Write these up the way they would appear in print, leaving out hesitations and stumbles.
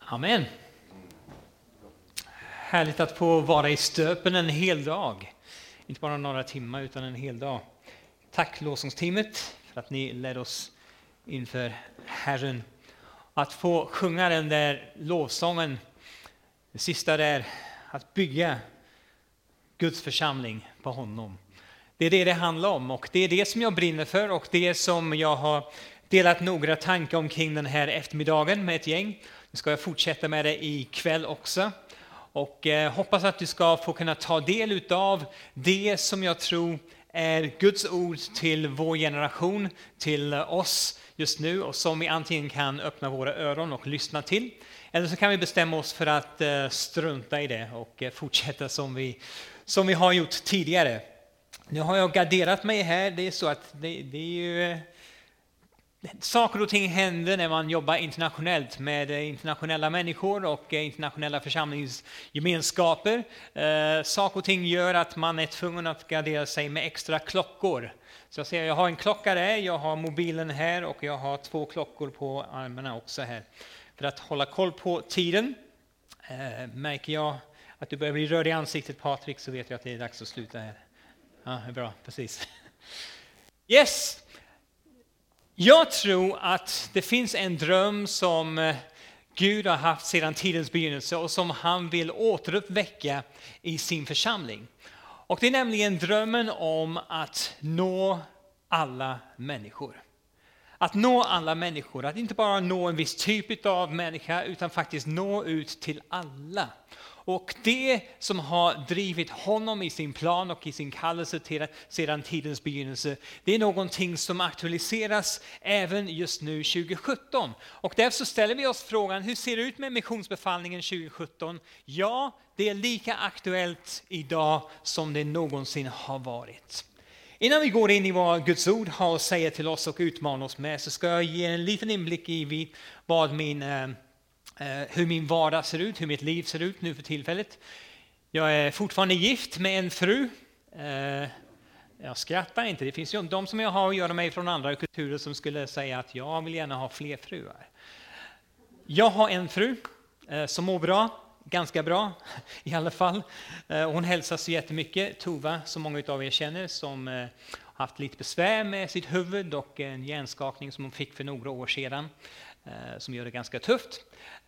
Amen. Härligt att få vara i Stöpen en hel dag. Inte bara några timmar utan en hel dag. Tack lovsångsteamet för att ni ledde oss inför Herren. Att få sjunga den där lovsången, det sista där, att bygga Guds församling på honom. Det är det handlar om och det är det som jag brinner för och det som jag har delat några tankar omkring den här eftermiddagen med ett gäng. Nu ska jag fortsätta med det ikväll också. Och hoppas att du ska få kunna ta del av det som jag tror är Guds ord till vår generation, till oss just nu. Och som vi antingen kan öppna våra öron och lyssna till. Eller så kan vi bestämma oss för att strunta i det och fortsätta som vi har gjort tidigare. Nu har jag garderat mig här. Det är så att det är ju... Saker och ting händer när man jobbar internationellt med internationella människor och internationella församlingsgemenskaper. Saker och ting gör att man är tvungen att gardera sig med extra klockor. Så jag har en klocka där, jag har mobilen här och jag har 2 klockor på armarna också här. För att hålla koll på tiden. Märker jag att du börjar bli röd i ansiktet, Patrik, så vet jag att det är dags att sluta här. Ja, det är bra, precis. Yes! Jag tror att det finns en dröm som Gud har haft sedan tidens begynnelse och som han vill återuppväcka i sin församling. Och det är nämligen drömmen om att nå alla människor. Att nå alla människor, att inte bara nå en viss typ av människa utan faktiskt nå ut till alla. Och det som har drivit honom i sin plan och i sin kallelse sedan tidens begynnelse, det är någonting som aktualiseras även just nu 2017. Och därför så ställer vi oss frågan, hur ser det ut med missionsbefallningen 2017? Ja, det är lika aktuellt idag som det någonsin har varit. Innan vi går in i vad Guds ord har att säga till oss och utmana oss med, så ska jag ge en liten inblick i vad hur min vardag ser ut, hur mitt liv ser ut nu för tillfället. Jag är fortfarande gift med en fru. Jag skrattar inte. Det finns ju de som jag har att göra med från andra kulturer som skulle säga att jag vill gärna ha fler fruar. Jag har en fru som mår bra, ganska bra i alla fall. Hon hälsar så jättemycket. Tova, som många av er känner, som har haft lite besvär med sitt huvud och en hjärnskakning som hon fick för några år sedan. Som gör det ganska tufft.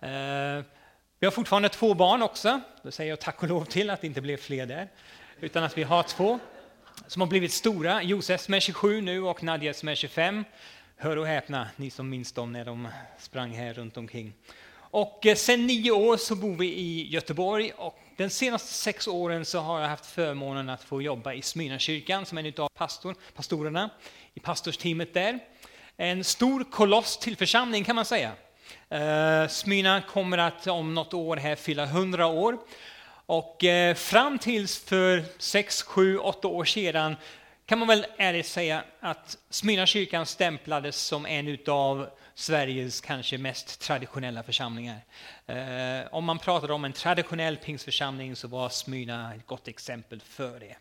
Vi har fortfarande 2 barn också. Då säger jag tack och lov till att det inte blev fler där. Utan att vi har 2 som har blivit stora. Josef som är 27 nu och Nadja som är 25. Hör och häpna, ni som minns dem när de sprang här runt omkring. Och sen 9 år så bor vi i Göteborg. Och den senaste 6 åren så har jag haft förmånen att få jobba i Smyrnakyrkan som en av pastorerna i pastorsteamet där. En stor koloss till församling kan man säga. Smyrna kommer att om något år här fylla 100 år. Och fram tills för 6, 7, 8 år sedan kan man väl ärligt säga att Smyrnakyrkan stämplades som en av Sveriges kanske mest traditionella församlingar. Om man pratar om en traditionell pingstförsamling så var Smyrna ett gott exempel för det.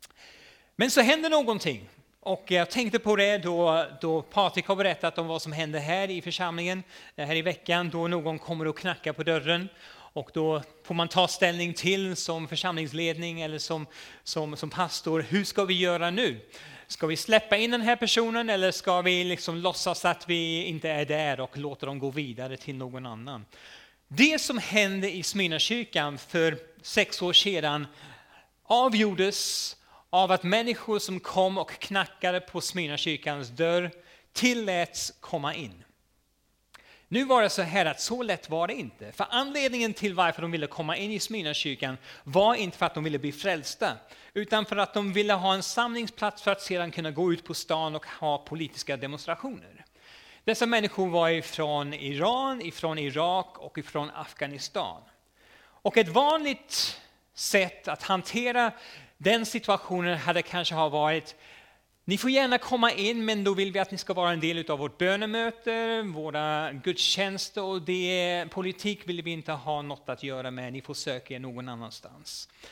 Men så hände någonting. Och jag tänkte på det då Patrik har berättat om vad som hände här i församlingen här i veckan. Då någon kommer och knackar på dörren. Och då får man ta ställning till som församlingsledning eller som pastor. Hur ska vi göra nu? Ska vi släppa in den här personen eller ska vi liksom låtsas att vi inte är där och låta dem gå vidare till någon annan? Det som hände i Smyrnakyrkan för 6 år sedan avgjordes av att människor som kom och knackade på Smyrnakyrkans dörr tilläts komma in. Nu var det så här att så lätt var det inte. För anledningen till varför de ville komma in i Smyrnakyrkan var inte för att de ville bli frälsta. Utan för att de ville ha en samlingsplats för att sedan kunna gå ut på stan och ha politiska demonstrationer. Dessa människor var ifrån Iran, ifrån Irak och ifrån Afghanistan. Och ett vanligt sätt att hantera den situationen hade kanske ha varit: ni får gärna komma in, men då vill vi att ni ska vara en del av vårt bönemöte, våra gudstjänster, och politik vill vi inte ha något att göra med. Ni får söka er någon annanstans.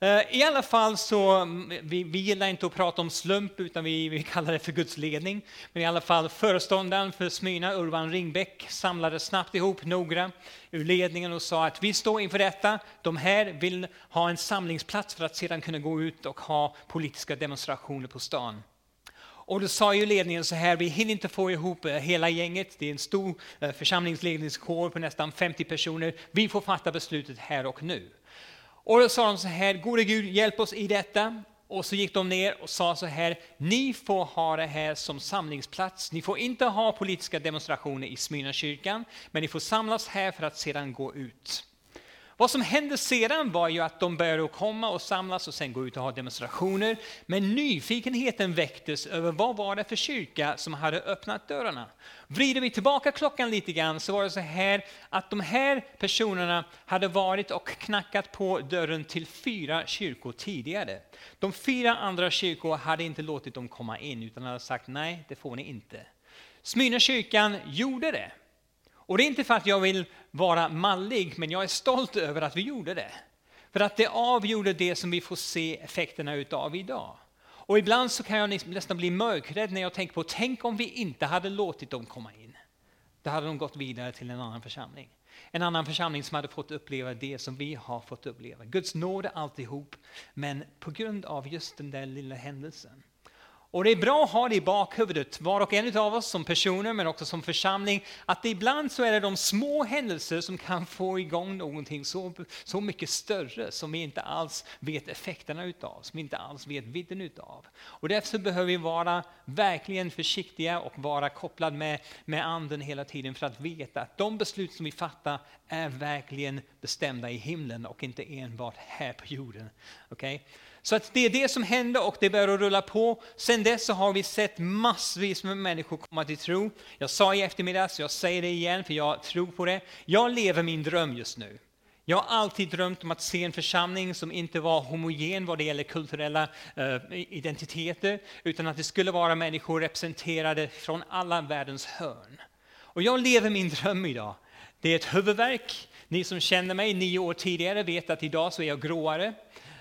I alla fall så, vi gillar inte att prata om slump utan vi kallar det för Guds ledning. Men i alla fall föreståndaren för Smyrna, Urban Ringbäck, samlade snabbt ihop några ur ledningen och sa att vi står inför detta. De här vill ha en samlingsplats för att sedan kunna gå ut och ha politiska demonstrationer på stan. Och då sa ju ledningen så här, vi hinner inte få ihop hela gänget. Det är en stor församlingsledningskår på nästan 50 personer. Vi får fatta beslutet här och nu. Och då sa de så här, gode Gud, hjälp oss i detta. Och så gick de ner och sa så här, ni får ha det här som samlingsplats. Ni får inte ha politiska demonstrationer i Smyrna kyrkan, men ni får samlas här för att sedan gå ut. Vad som hände sedan var ju att de började komma och samlas och sen gå ut och ha demonstrationer. Men nyfikenheten väcktes över vad var det för kyrka som hade öppnat dörrarna. Vrider vi tillbaka klockan lite grann så var det så här att de här personerna hade varit och knackat på dörren till 4 kyrkor tidigare. De 4 andra kyrkor hade inte låtit dem komma in utan hade sagt nej, det får ni inte. Smyrna kyrkan gjorde det. Och det är inte för att jag vill vara mallig, men jag är stolt över att vi gjorde det. För att det avgjorde det som vi får se effekterna utav idag. Och ibland så kan jag nästan bli mörkrädd när jag tänker på, tänk om vi inte hade låtit dem komma in. Då hade de gått vidare till en annan församling. En annan församling som hade fått uppleva det som vi har fått uppleva. Guds nåd är alltihop, men på grund av just den där lilla händelsen. Och det är bra att ha det i bakhuvudet, var och en av oss som personer men också som församling, att ibland så är det de små händelser som kan få igång någonting så mycket större som vi inte alls vet effekterna utav, som vi inte alls vet vidden utav. Och därför behöver vi vara verkligen försiktiga och vara kopplade med anden hela tiden för att veta att de beslut som vi fattar är verkligen bestämda i himlen och inte enbart här på jorden. Okay? Så att det är det som hände och det börjar rulla på. Sen dess så har vi sett massvis med människor komma till tro. Jag sa i eftermiddag, så jag säger det igen för jag tror på det. Jag lever min dröm just nu. Jag har alltid drömt om att se en församling som inte var homogen vad det gäller kulturella identiteter. Utan att det skulle vara människor representerade från alla världens hörn. Och jag lever min dröm idag. Det är ett huvudverk. Ni som känner mig 9 år tidigare vet att idag så är jag gråare.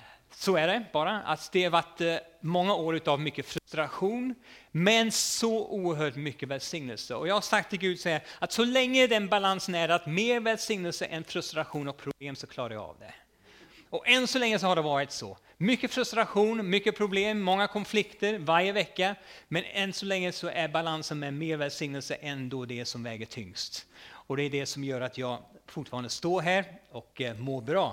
Så är det bara, att det har varit många år av mycket frustration, men så oerhört mycket välsignelse. Och jag har sagt till Gud så här, att så länge den balansen är att mer välsignelse än frustration och problem så klarar jag av det. Och än så länge så har det varit så. Mycket frustration, mycket problem, många konflikter varje vecka. Men än så länge så är balansen med mer välsignelse ändå det som väger tyngst. Och det är det som gör att jag fortfarande står här och mår bra.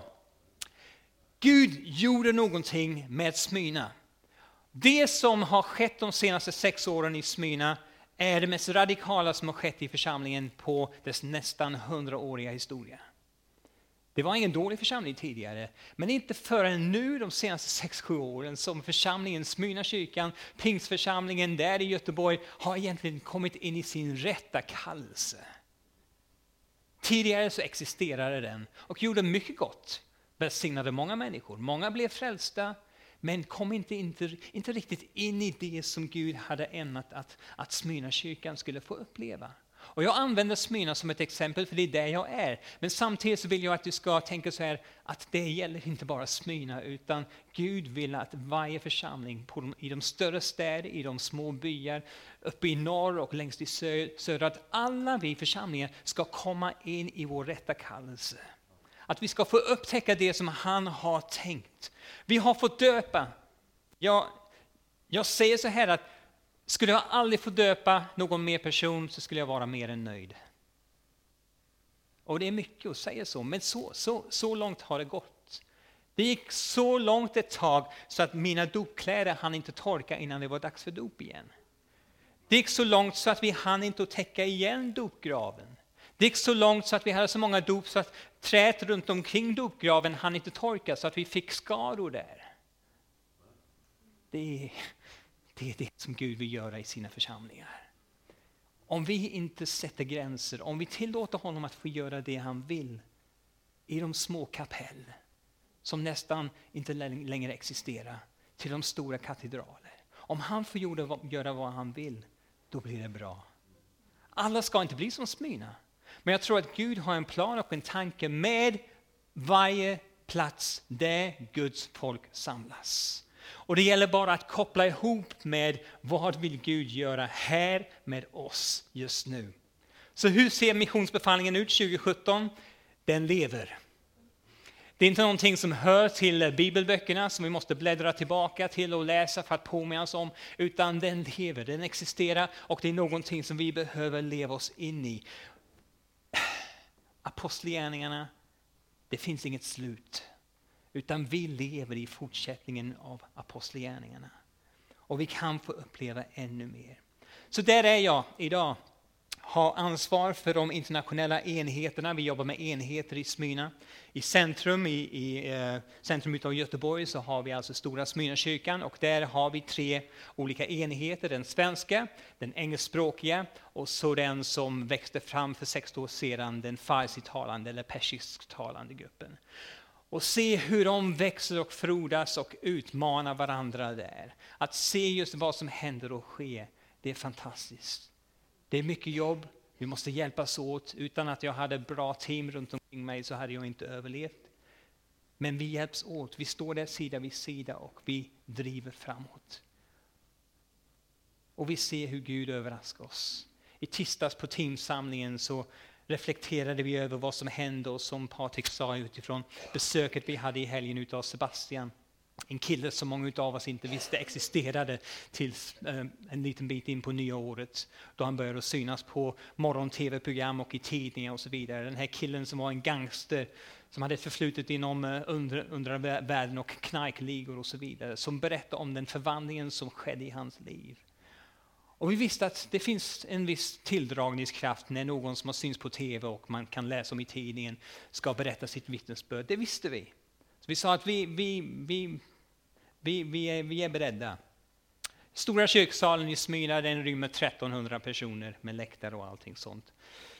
Gud gjorde någonting med Smyrna. Det som har skett de senaste 6 åren i Smyrna är det mest radikala som har skett i församlingen på dess nästan 100-åriga historia. Det var ingen dålig församling tidigare, men inte förrän nu de senaste 6-7 åren som församlingen Smyrna kyrkan, Pingstförsamlingen där i Göteborg har egentligen kommit in i sin rätta kallelse. Tidigare så existerade den och gjorde mycket gott. Välsignade många människor. Många blev frälsta, men kom inte riktigt in i det som Gud hade ämnat att Smyrna kyrkan skulle få uppleva. Och jag använder Smyrna som ett exempel för det är där jag är. Men samtidigt så vill jag att du ska tänka så här att det gäller inte bara Smyrna utan Gud vill att varje församling i de större städer, i de små byar, uppe i norr och längst i söder, att alla vi församlingar ska komma in i vår rätta kallelse. Att vi ska få upptäcka det som han har tänkt. Vi har fått döpa. Jag säger så här att skulle jag aldrig få döpa någon mer person så skulle jag vara mer än nöjd. Och det är mycket att säga så, men så långt har det gått. Det gick så långt ett tag så att mina dopkläder hann inte torka innan det var dags för dop igen. Det gick så långt så att vi hann inte att täcka igen dopgraven. Det gick så långt så att vi hade så många dop så att träet runt omkring dopgraven hann inte torka så att vi fick skador där. Det är det som Gud vill göra i sina församlingar. Om vi inte sätter gränser, om vi tillåter honom att få göra det han vill i de små kapell som nästan inte längre existerar till de stora katedraler. Om han får göra vad han vill, då blir det bra. Alla ska inte bli som Smyrna. Men jag tror att Gud har en plan och en tanke med varje plats där Guds folk samlas. Och det gäller bara att koppla ihop med vad vill Gud göra här med oss just nu. Så hur ser missionsbefallningen ut 2017? Den lever. Det är inte någonting som hör till bibelböckerna som vi måste bläddra tillbaka till och läsa för att påminna oss om, utan den lever, den existerar och det är någonting som vi behöver leva oss in i. Apostlagärningarna, det finns inget slut, utan vi lever i fortsättningen av apostlagärningarna. Och vi kan få uppleva ännu mer. Så där är jag idag. Har ansvar för de internationella enheterna. Vi jobbar med enheter i Smyrna. I centrum, i centrum utav Göteborg så har vi alltså Stora Smyrnakyrkan. Och där har vi 3 olika enheter. Den svenska, den engelskspråkiga och så den som växte fram för 60 år sedan. Den farsi-talande eller persisktalande gruppen. Och se hur de växer och frodas och utmanar varandra där. Att se just vad som händer och sker, det är fantastiskt. Det är mycket jobb, vi måste hjälpas åt. Utan att jag hade bra team runt omkring mig så hade jag inte överlevt. Men vi hjälps åt, vi står där sida vid sida och vi driver framåt. Och vi ser hur Gud överraskar oss. I tisdags på teamsamlingen så reflekterade vi över vad som hände och som Patrik sa utifrån besöket vi hade i helgen utav Sebastian. En kille som många av oss inte visste existerade till en liten bit in på nya året. Då han började synas på morgon-tv-program och i tidningar och så vidare. Den här killen som var en gangster som hade förflutit inom undervärlden och knarkligor och så vidare. Som berättade om den förvandlingen som skedde i hans liv. Och vi visste att det finns en viss tilldragningskraft när någon som har syns på tv och man kan läsa om i tidningen ska berätta sitt vittnesbörd. Det visste vi. Så vi sa att vi är beredda. Stora kyrksalen i Smyrna, den rymmer 1300 personer med läktare och allting sånt.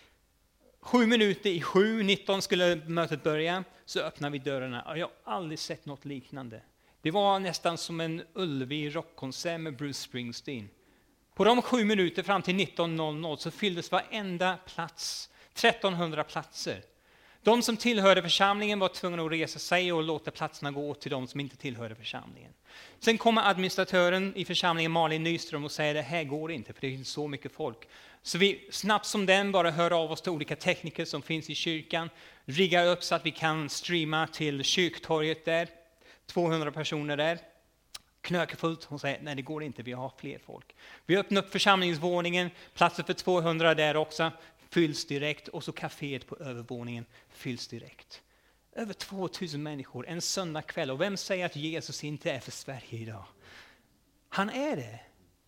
7 minuter i 7:19 skulle mötet börja, så öppnar vi dörrarna. Jag har aldrig sett något liknande. Det var nästan som en Ullevi rockkonsert med Bruce Springsteen. På de 7 minuter fram till 19:00 så fylldes varenda plats, 1300 platser. De som tillhörde församlingen var tvungna att resa sig och låta platserna gå till de som inte tillhörde församlingen. Sen kommer administratören i församlingen Malin Nyström och säger det här går inte för det finns så mycket folk. Så vi snabbt som den bara hör av oss till olika tekniker som finns i kyrkan. Riggar upp så att vi kan streama till kyrktorget där. 200 personer där. Knökefullt. Hon säger nej det går inte, vi har fler folk. Vi öppnar upp församlingsvåningen, platser för 200 där också. Fylls direkt och så kaféet på övervåningen fylls direkt. Över 2000 människor en söndag kväll. Och vem säger att Jesus inte är för Sverige idag? Han är det.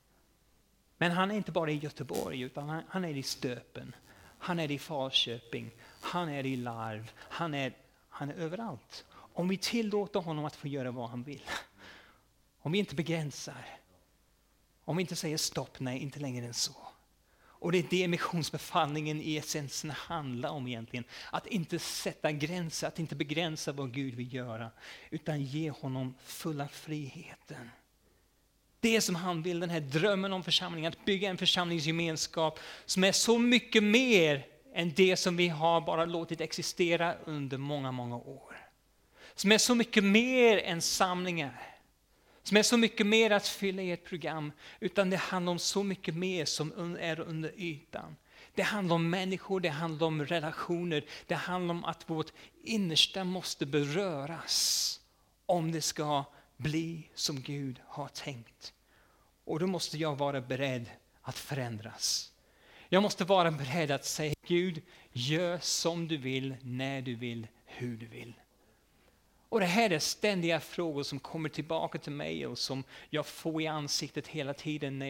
Men han är inte bara i Göteborg utan han är i Stöpen. Han är i Falköping. Han är i Larv. Han är överallt. Om vi tillåter honom att få göra vad han vill. Om vi inte begränsar. Om vi inte säger stopp, nej inte längre än så. Och det är det missionsbefallningen i essensen handlar om egentligen. Att inte sätta gränser, att inte begränsa vad Gud vill göra. Utan ge honom fulla friheten. Det som han vill, den här drömmen om församlingen. Att bygga en församlingsgemenskap som är så mycket mer än det som vi har bara låtit existera under många, många år. Som är så mycket mer än samlingar. Som är så mycket mer att fylla i ett program. Utan det handlar om så mycket mer som är under ytan. Det handlar om människor, det handlar om relationer. Det handlar om att vårt innersta måste beröras. Om det ska bli som Gud har tänkt. Och då måste jag vara beredd att förändras. Jag måste vara beredd att säga Gud, gör som du vill, när du vill, hur du vill. Och det här är ständiga frågor som kommer tillbaka till mig och som jag får i ansiktet hela tiden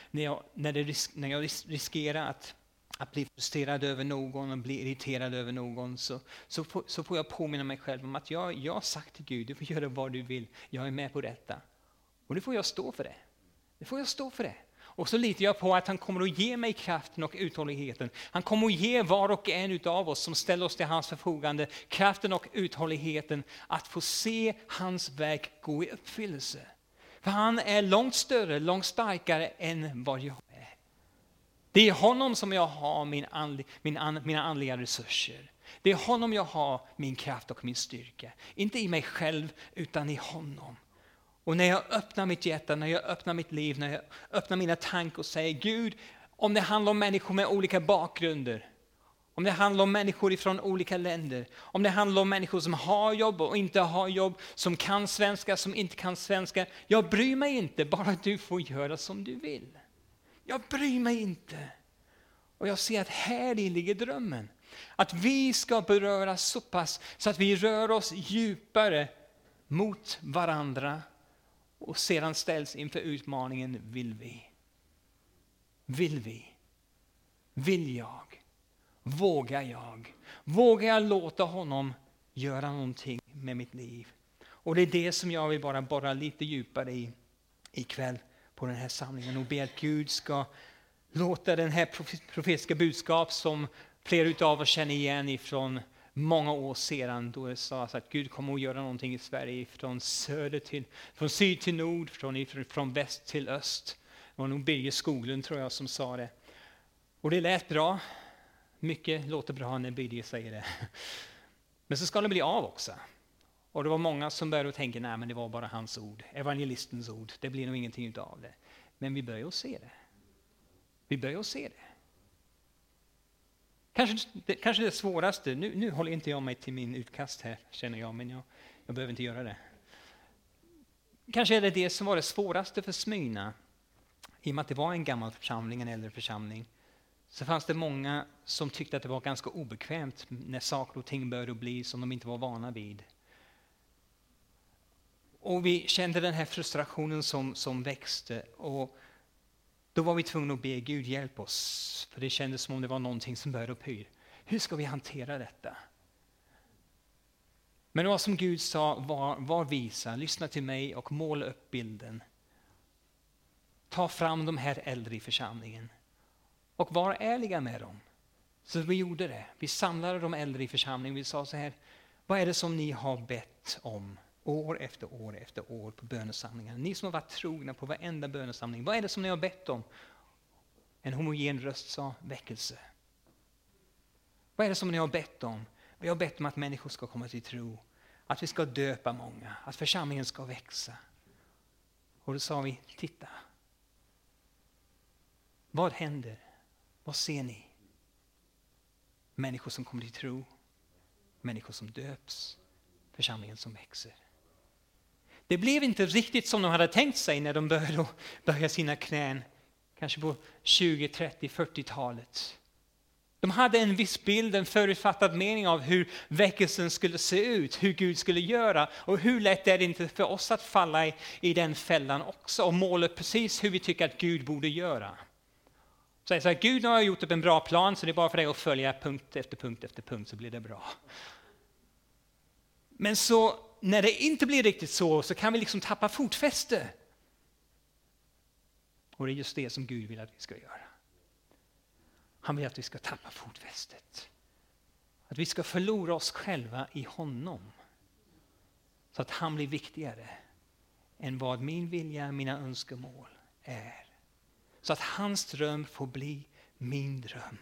när jag riskerar att bli frustrerad över någon och bli irriterad över någon. Så får jag påminna mig själv om att jag har sagt till Gud, du får göra vad du vill, jag är med på detta. Och nu får jag stå för det. Nu får jag stå för det. Och så litar jag på att han kommer att ge mig kraften och uthålligheten. Han kommer att ge var och en av oss som ställer oss till hans förfogande kraften och uthålligheten att få se hans verk gå i uppfyllelse. För han är långt större, långt starkare än vad jag är. Det är honom som jag har mina andliga resurser. Det är honom jag har min kraft och min styrka. Inte i mig själv utan i honom. Och när jag öppnar mitt hjärta, när jag öppnar mitt liv, när jag öppnar mina tankar och säger Gud, om det handlar om människor med olika bakgrunder, om det handlar om människor från olika länder, om det handlar om människor som har jobb och inte har jobb, som kan svenska, som inte kan svenska. Jag bryr mig inte, bara att du får göra som du vill. Jag bryr mig inte. Och jag ser att här ligger drömmen. Att vi ska beröras så pass så att vi rör oss djupare mot varandra och sedan ställs inför utmaningen, vill vi? Vill vi? Vill jag? Vågar jag? Vågar jag låta honom göra någonting med mitt liv? Och det är det som jag vill bara borra lite djupare i ikväll på den här samlingen och be att Gud ska låta den här profetiska budskap som flera av oss känner igen ifrån många år sedan, då det sades att Gud kommer att göra någonting i Sverige från syd till nord, från väst till öst. Det var nog Birger Skoglund tror jag som sa det. Och det lät bra. Mycket låter bra när Birger säger det. Men så ska det bli av också. Och det var många som började tänka, nej men det var bara hans ord, evangelistens ord. Det blir nog ingenting utav det. Men vi börjar att se det. Vi börjar att se det. Kanske det svåraste, nu håller inte jag mig till min utkast här känner jag, men jag behöver inte göra det. Kanske är det som var det svåraste för Smyrna, i och med att det var en gammal församling, en äldre församling, så fanns det många som tyckte att det var ganska obekvämt när saker och ting började bli som de inte var vana vid. Och vi kände den här frustrationen som växte och då var vi tvungna att be Gud hjälp oss. För det kändes som om det var någonting som började upphöra. Hur ska vi hantera detta? Men vad som Gud sa var visa, lyssna till mig och måla upp bilden. Ta fram de här äldre i församlingen. Och var ärliga med dem. Så vi gjorde det. Vi samlade de äldre i församlingen. Vi sa så här, vad är det som ni har bett om? År efter år efter år på bönesamlingar. Ni som har varit trogna på varenda bönesamling. Vad är det som ni har bett om? En homogen röst sa väckelse. Vad är det som ni har bett om? Vi har bett om att människor ska komma till tro. Att vi ska döpa många. Att församlingen ska växa. Och då sa vi, titta. Vad händer? Vad ser ni? Människor som kommer till tro. Människor som döps. Församlingen som växer. Det blev inte riktigt som de hade tänkt sig när de började sina knän. Kanske på 20, 30, 40-talet. De hade en viss bild, en förutfattad mening av hur väckelsen skulle se ut. Hur Gud skulle göra. Och hur lätt är det inte för oss att falla i den fällan också. Och måla precis hur vi tycker att Gud borde göra. Så att Gud har gjort upp en bra plan så det är bara för dig att följa punkt efter punkt efter punkt så blir det bra. Men så när det inte blir riktigt så kan vi liksom tappa fotfäste. Och det är just det som Gud vill att vi ska göra. Han vill att vi ska tappa fotfästet. Att vi ska förlora oss själva i honom. Så att han blir viktigare än vad min vilja, mina önskemål är. Så att hans dröm får bli min dröm.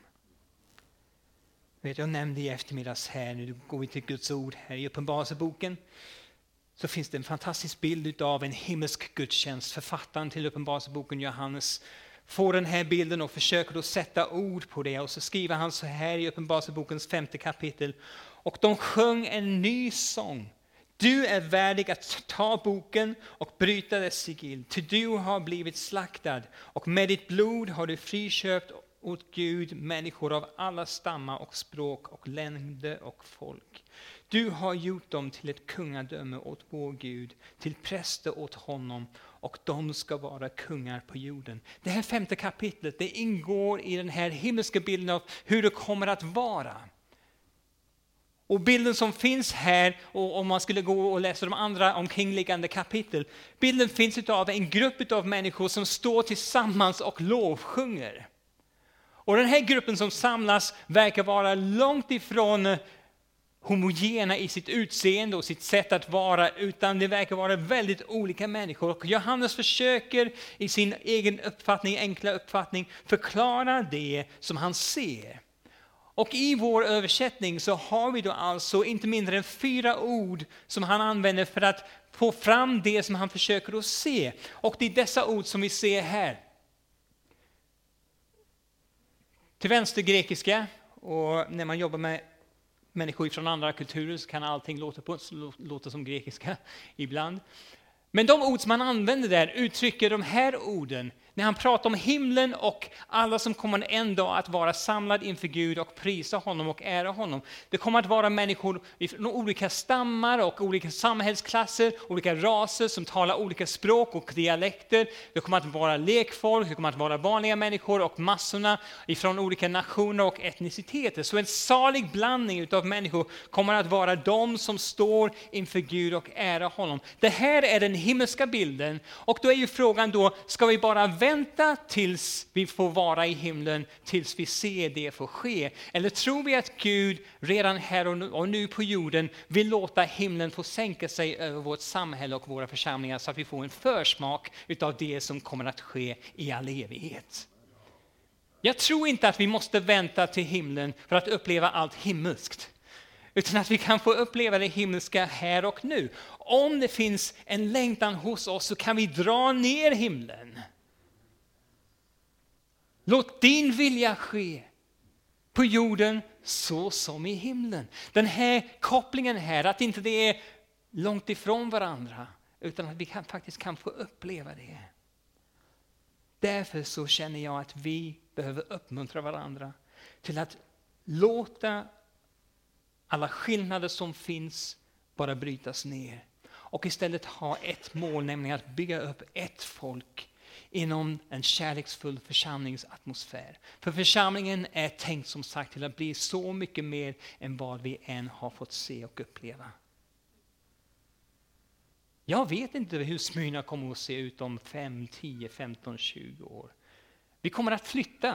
Jag nämnde i eftermiddags här, nu går vi till Guds ord här i Uppenbarelseboken. Så finns det en fantastisk bild av en himmelsk gudstjänst. Författaren till Uppenbarelseboken, Johannes, får den här bilden och försöker då sätta ord på det. Och så skriver han så här i Uppenbarelsebokens 5:e kapitel. Och de sjöng en ny sång. Du är värdig att ta boken och bryta dess sigill. Ty du har blivit slaktad och med ditt blod har du friköpt åt Gud människor av alla stammar och språk och länder och folk. Du har gjort dem till ett kungadöme åt vår Gud, till präster åt honom och de ska vara kungar på jorden. Det här 5:e kapitlet, det ingår i den här himmelska bilden av hur det kommer att vara. Och bilden som finns här, och om man skulle gå och läsa de andra omkringliggande kapitel, bilden finns av en grupp av människor som står tillsammans och lovsjunger. Och den här gruppen som samlas verkar vara långt ifrån homogena i sitt utseende och sitt sätt att vara, utan det verkar vara väldigt olika människor. Och Johannes försöker i sin egen uppfattning, enkla uppfattning, förklara det som han ser. Och i vår översättning så har vi då alltså inte mindre än 4 ord som han använder för att få fram det som han försöker att se. Och det är dessa ord som vi ser här. Till vänster grekiska, och när man jobbar med människor från andra kulturer så kan allting låta som grekiska ibland. Men de ord som han använder där uttrycker de här orden. När han pratar om himlen och alla som kommer en dag att vara samlad inför Gud och prisa honom och ära honom. Det kommer att vara människor från olika stammar och olika samhällsklasser, olika raser som talar olika språk och dialekter. Det kommer att vara lekfolk, det kommer att vara vanliga människor och massorna från olika nationer och etniciteter. Så en salig blandning av människor kommer att vara de som står inför Gud och ära honom. Det här är den himmelska bilden, och då är ju frågan då, ska vi bara vänta tills vi får vara i himlen, tills vi ser det få ske? Eller tror vi att Gud redan här och nu på jorden vill låta himlen få sänka sig över vårt samhälle och våra församlingar, så att vi får en försmak av det som kommer att ske i all evighet? Jag tror inte att vi måste vänta till himlen för att uppleva allt himmelskt, utan att vi kan få uppleva det himmelska här och nu. Om det finns en längtan hos oss så kan vi dra ner himlen. Låt din vilja ske på jorden så som i himlen. Den här kopplingen här, att inte det är långt ifrån varandra, utan att vi faktiskt kan få uppleva det. Därför så känner jag att vi behöver uppmuntra varandra till att låta alla skillnader som finns bara brytas ner. Och istället ha ett mål, nämligen att bygga upp ett folk inom en kärleksfull församlingsatmosfär. För församlingen är tänkt som sagt till att bli så mycket mer än vad vi än har fått se och uppleva. Jag vet inte hur Smyrna kommer att se ut om 5, 10, 15, 20 år. Vi kommer att flytta.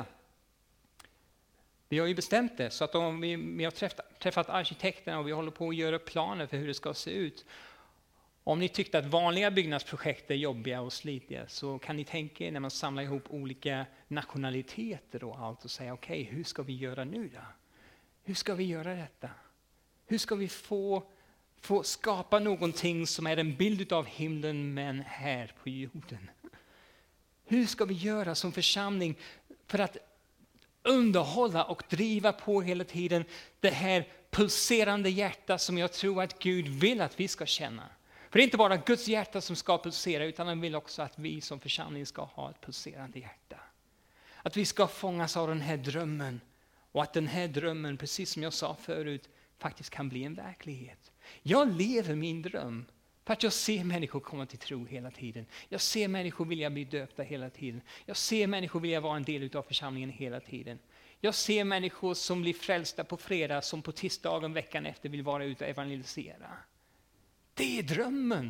Vi har ju bestämt det, så att om vi har träffat arkitekterna och vi håller på att göra planer för hur det ska se ut. Om ni tyckte att vanliga byggnadsprojekt är jobbiga och slitiga, så kan ni tänka er när man samlar ihop olika nationaliteter och allt och säga okej, hur ska vi göra nu då? Hur ska vi göra detta? Hur ska vi få skapa någonting som är en bild av himlen men här på jorden? Hur ska vi göra som församling för att underhålla och driva på hela tiden det här pulserande hjärta som jag tror att Gud vill att vi ska känna? För det är inte bara Guds hjärta som ska pulsera, utan han vill också att vi som församling ska ha ett pulserande hjärta. Att vi ska fångas av den här drömmen, och att den här drömmen, precis som jag sa förut, faktiskt kan bli en verklighet. Jag lever min dröm för att jag ser människor komma till tro hela tiden. Jag ser människor vilja bli döpta hela tiden. Jag ser människor vilja vara en del av församlingen hela tiden. Jag ser människor som blir frälsta på fredag, som på tisdagen veckan efter vill vara ute och evangelisera. Det är drömmen.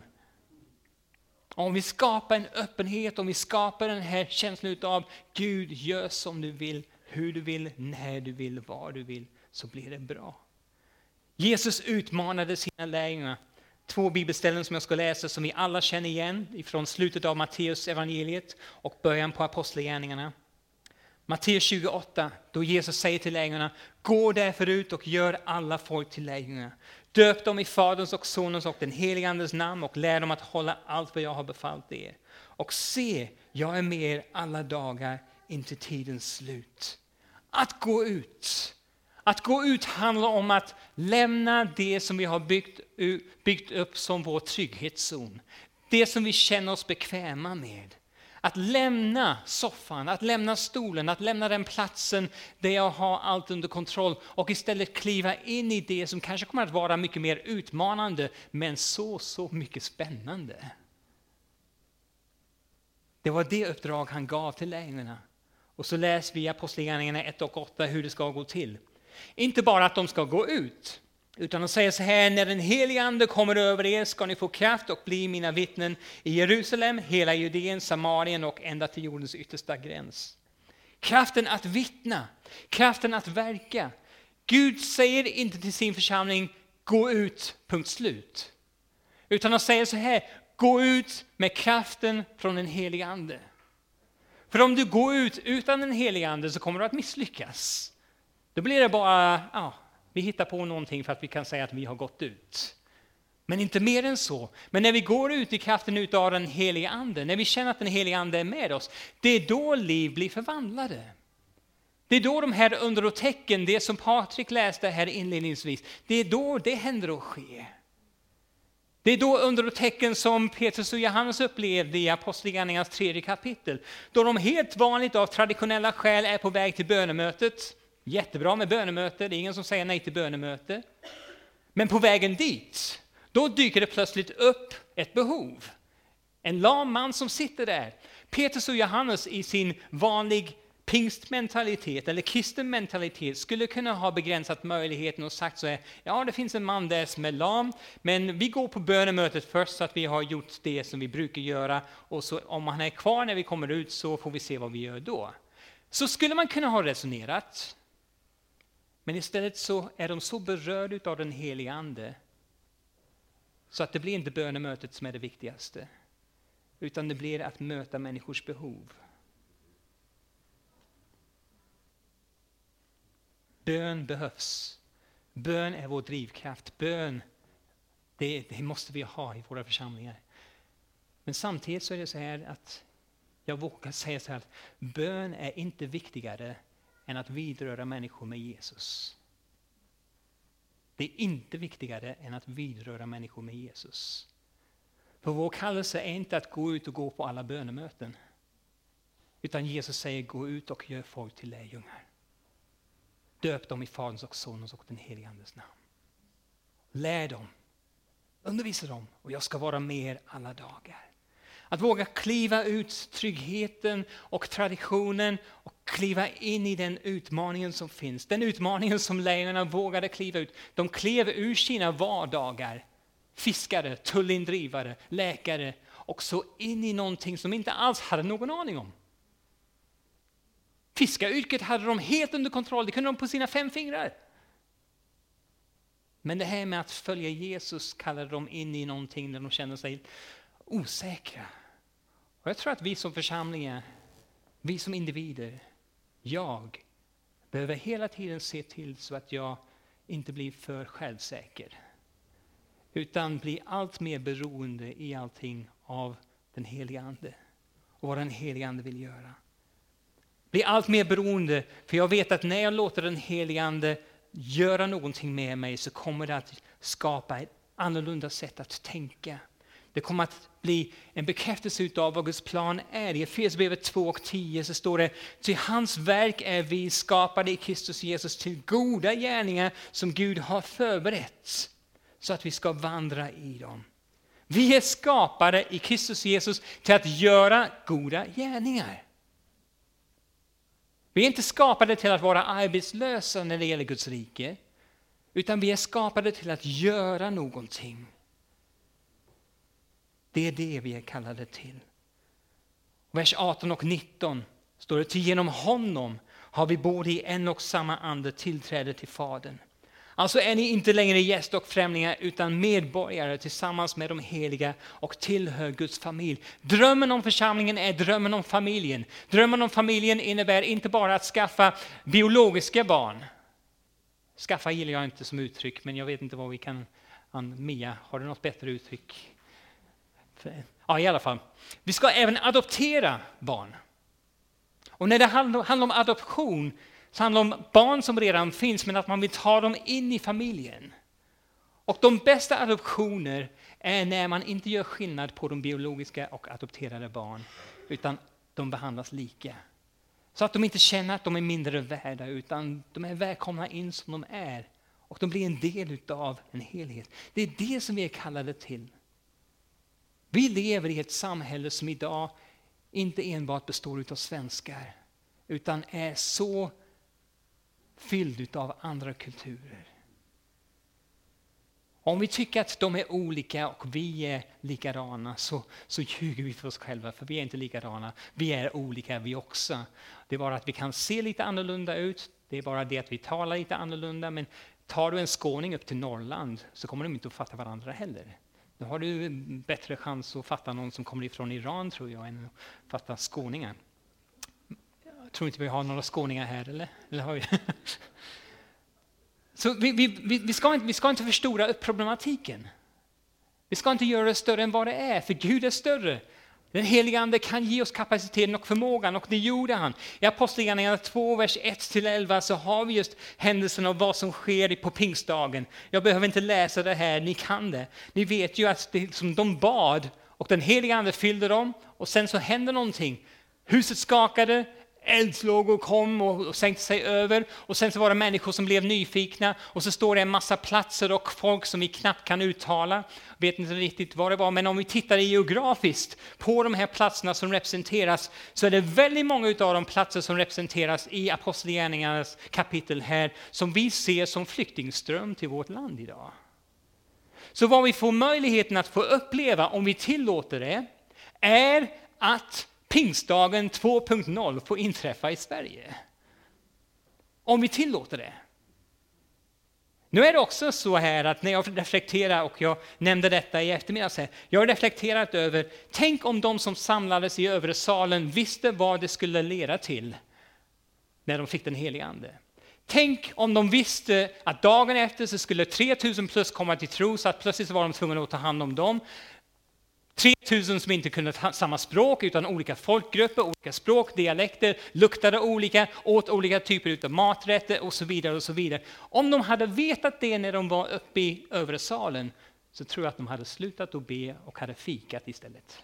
Om vi skapar en öppenhet, om vi skapar den här känslan av Gud, gör som du vill, hur du vill, när du vill, var du vill, så blir det bra. Jesus utmanade sina lärjungar. 2 bibelställen som jag ska läsa som vi alla känner igen från slutet av Matteus evangeliet och början på apostlagärningarna. Matteus 28, då Jesus säger till lärjungarna: gå därför ut och gör alla folk till lärjungar. Döp dem i Faderns och Sonens och den helige Andes namn och lär dem att hålla allt vad jag har befallt er. Och se, jag är med er alla dagar intill tidens slut. Att gå ut. Att gå ut handlar om att lämna det som vi har byggt upp som vår trygghetszon. Det som vi känner oss bekväma med. Att lämna soffan, att lämna stolen, att lämna den platsen där jag har allt under kontroll och istället kliva in i det som kanske kommer att vara mycket mer utmanande, men så mycket spännande. Det var det uppdrag han gav till lärjungarna. Och så läser vi i Apostlagärningarna 1 och 8 hur det ska gå till. Inte bara att de ska gå ut, utan de säger så här: när den helige Ande kommer över er ska ni få kraft och bli mina vittnen i Jerusalem, hela Judeen, Samarien och ända till jordens yttersta gräns. Kraften att vittna, kraften att verka. Gud säger inte till sin församling: gå ut, punkt slut. Utan han säger så här: gå ut med kraften från den helige Ande. För om du går ut utan den helige Ande så kommer du att misslyckas. Då blir det bara, vi hittar på någonting för att vi kan säga att vi har gått ut. Men inte mer än så. Men när vi går ut i kraften utav den heliga ande, när vi känner att den heliga ande är med oss, det är då liv blir förvandlade. Det är då de här under och tecken, det som Patrik läste här inledningsvis, det är då det händer och sker. Det är då under och tecken som Petrus och Johannes upplevde i Apostlagärningarnas 3 kapitel. Då de helt vanligt av traditionella skäl är på väg till bönemötet. Jättebra med bönemöte, det är ingen som säger nej till bönemöte. Men på vägen dit, då dyker det plötsligt upp ett behov. En lam man som sitter där. Petrus och Johannes i sin vanlig pingstmentalitet eller kristenmentalitet skulle kunna ha begränsat möjligheten och sagt så här: ja, det finns en man där som är lam, men vi går på bönemötet först så att vi har gjort det som vi brukar göra, och så om han är kvar när vi kommer ut så får vi se vad vi gör då. Så skulle man kunna ha resonerat. Men istället så är de så berörda av den heliga ande så att det blir inte bönemötet som är det viktigaste, utan det blir att möta människors behov. Bön behövs. Bön är vår drivkraft. Bön, det måste vi ha i våra församlingar. Men samtidigt så är det så här att jag vågar säga så här att bön är inte viktigare än att vidröra människor med Jesus. Det är inte viktigare än att vidröra människor med Jesus. För vår kallelse är inte att gå ut och gå på alla bönemöten. Utan Jesus säger: gå ut och gör folk till lärjungar. Döp dem i Faderns och Sonens och den helige Andes namn. Lär dem, undervisa dem, och jag ska vara med er alla dagar. Att våga kliva ut tryggheten och traditionen och kliva in i den utmaningen som finns. Den utmaningen som lärjungarna vågade kliva ut. De klev ur sina vardagar. Fiskare, tullindrivare, läkare, och så in i någonting som inte alls hade någon aning om. Fiskaryrket hade de helt under kontroll, det kunde de på sina 5 fingrar. Men det här med att följa Jesus kallade de in i någonting där de kände sig osäkra. Och jag tror att vi som församlingar, vi som individer, jag behöver hela tiden se till så att jag inte blir för självsäker. Utan blir allt mer beroende i allting av den heliga ande. Och vad den heliga ande vill göra. Blir allt mer beroende, för jag vet att när jag låter den heliga ande göra någonting med mig så kommer det att skapa ett annorlunda sätt att tänka. Det kommer att bli en bekräftelse av vad Guds plan är. I Efesierbrevet 2:10 så står det: till hans verk är vi skapade i Kristus Jesus till goda gärningar som Gud har förberett så att vi ska vandra i dem. Vi är skapade i Kristus Jesus till att göra goda gärningar. Vi är inte skapade till att vara arbetslösa när det gäller Guds rike, utan vi är skapade till att göra någonting. Det är det vi är kallade till. Vers 18 och 19 står det: till genom honom har vi både i en och samma ande tillträde till Fadern. Alltså är ni inte längre gäst och främlingar utan medborgare tillsammans med de heliga och tillhör Guds familj. Drömmen om församlingen är drömmen om familjen. Drömmen om familjen innebär inte bara att skaffa biologiska barn. Skaffa gillar jag inte som uttryck, men jag vet inte vad vi kan... Mia, har du något bättre uttryck? Ja, i alla fall. Vi ska även adoptera barn. Och när det handlar om adoption så handlar det om barn som redan finns, men att man vill ta dem in i familjen. Och de bästa adoptioner är när man inte gör skillnad på de biologiska och adopterade barn, utan de behandlas lika. Så att de inte känner att de är mindre värda, utan de är välkomna in som de är. Och de blir en del av en helhet. Det är det som vi är kallade till. Vi lever i ett samhälle som idag inte enbart består av svenskar, utan är så fylld av andra kulturer. Om vi tycker att de är olika och vi är likadana så ljuger vi för oss själva, för vi är inte likadana. Vi är olika vi också. Det är bara att vi kan se lite annorlunda ut. Det är bara det att vi talar lite annorlunda. Men tar du en skåning upp till Norrland så kommer de inte att fatta varandra heller. Då har du bättre chans att fatta någon som kommer ifrån Iran, tror jag, än att fatta skåningar. Jag tror inte vi har några skåningar här, eller har vi? Så vi ska inte förstora upp problematiken. Vi ska inte göra det större än vad det är, för Gud är större. Den helige Ande kan ge oss kapaciteten och förmågan, och det gjorde han. I Apostlagärningarna 2, vers 1-11 så har vi just händelsen av vad som sker på pingstdagen. Jag behöver inte läsa det här, ni kan det. Ni vet ju att det, som de bad och den helige Ande fyllde dem, och sen så hände någonting. Huset skakade, eldslågor kom och sänkte sig över, och sen så var det människor som blev nyfikna, och så står det en massa platser och folk som vi knappt kan uttala, vet inte riktigt vad det var, men om vi tittar geografiskt på de här platserna som representeras, så är det väldigt många av de platser som representeras i Apostlagärningarnas kapitel här som vi ser som flyktingström till vårt land idag. Så vad vi får möjligheten att få uppleva, om vi tillåter det, är att Pingstdagen 2.0 får inträffa i Sverige. Om vi tillåter det. Nu är det också så här att när jag reflekterar, och jag nämnde detta i eftermiddag, jag har reflekterat över, tänk om de som samlades i övre salen visste vad det skulle leda till när de fick den helige Ande. Tänk om de visste att dagen efter så skulle 3000 plus komma till tro, så att plötsligt var de tvungna att ta hand om dem. 3000 som inte kunde samma språk utan olika folkgrupper, olika språk, dialekter, luktade olika, åt olika typer av maträtter och så vidare och så vidare. Om de hade vetat det när de var uppe i övre salen, så tror jag att de hade slutat att be och hade fikat istället.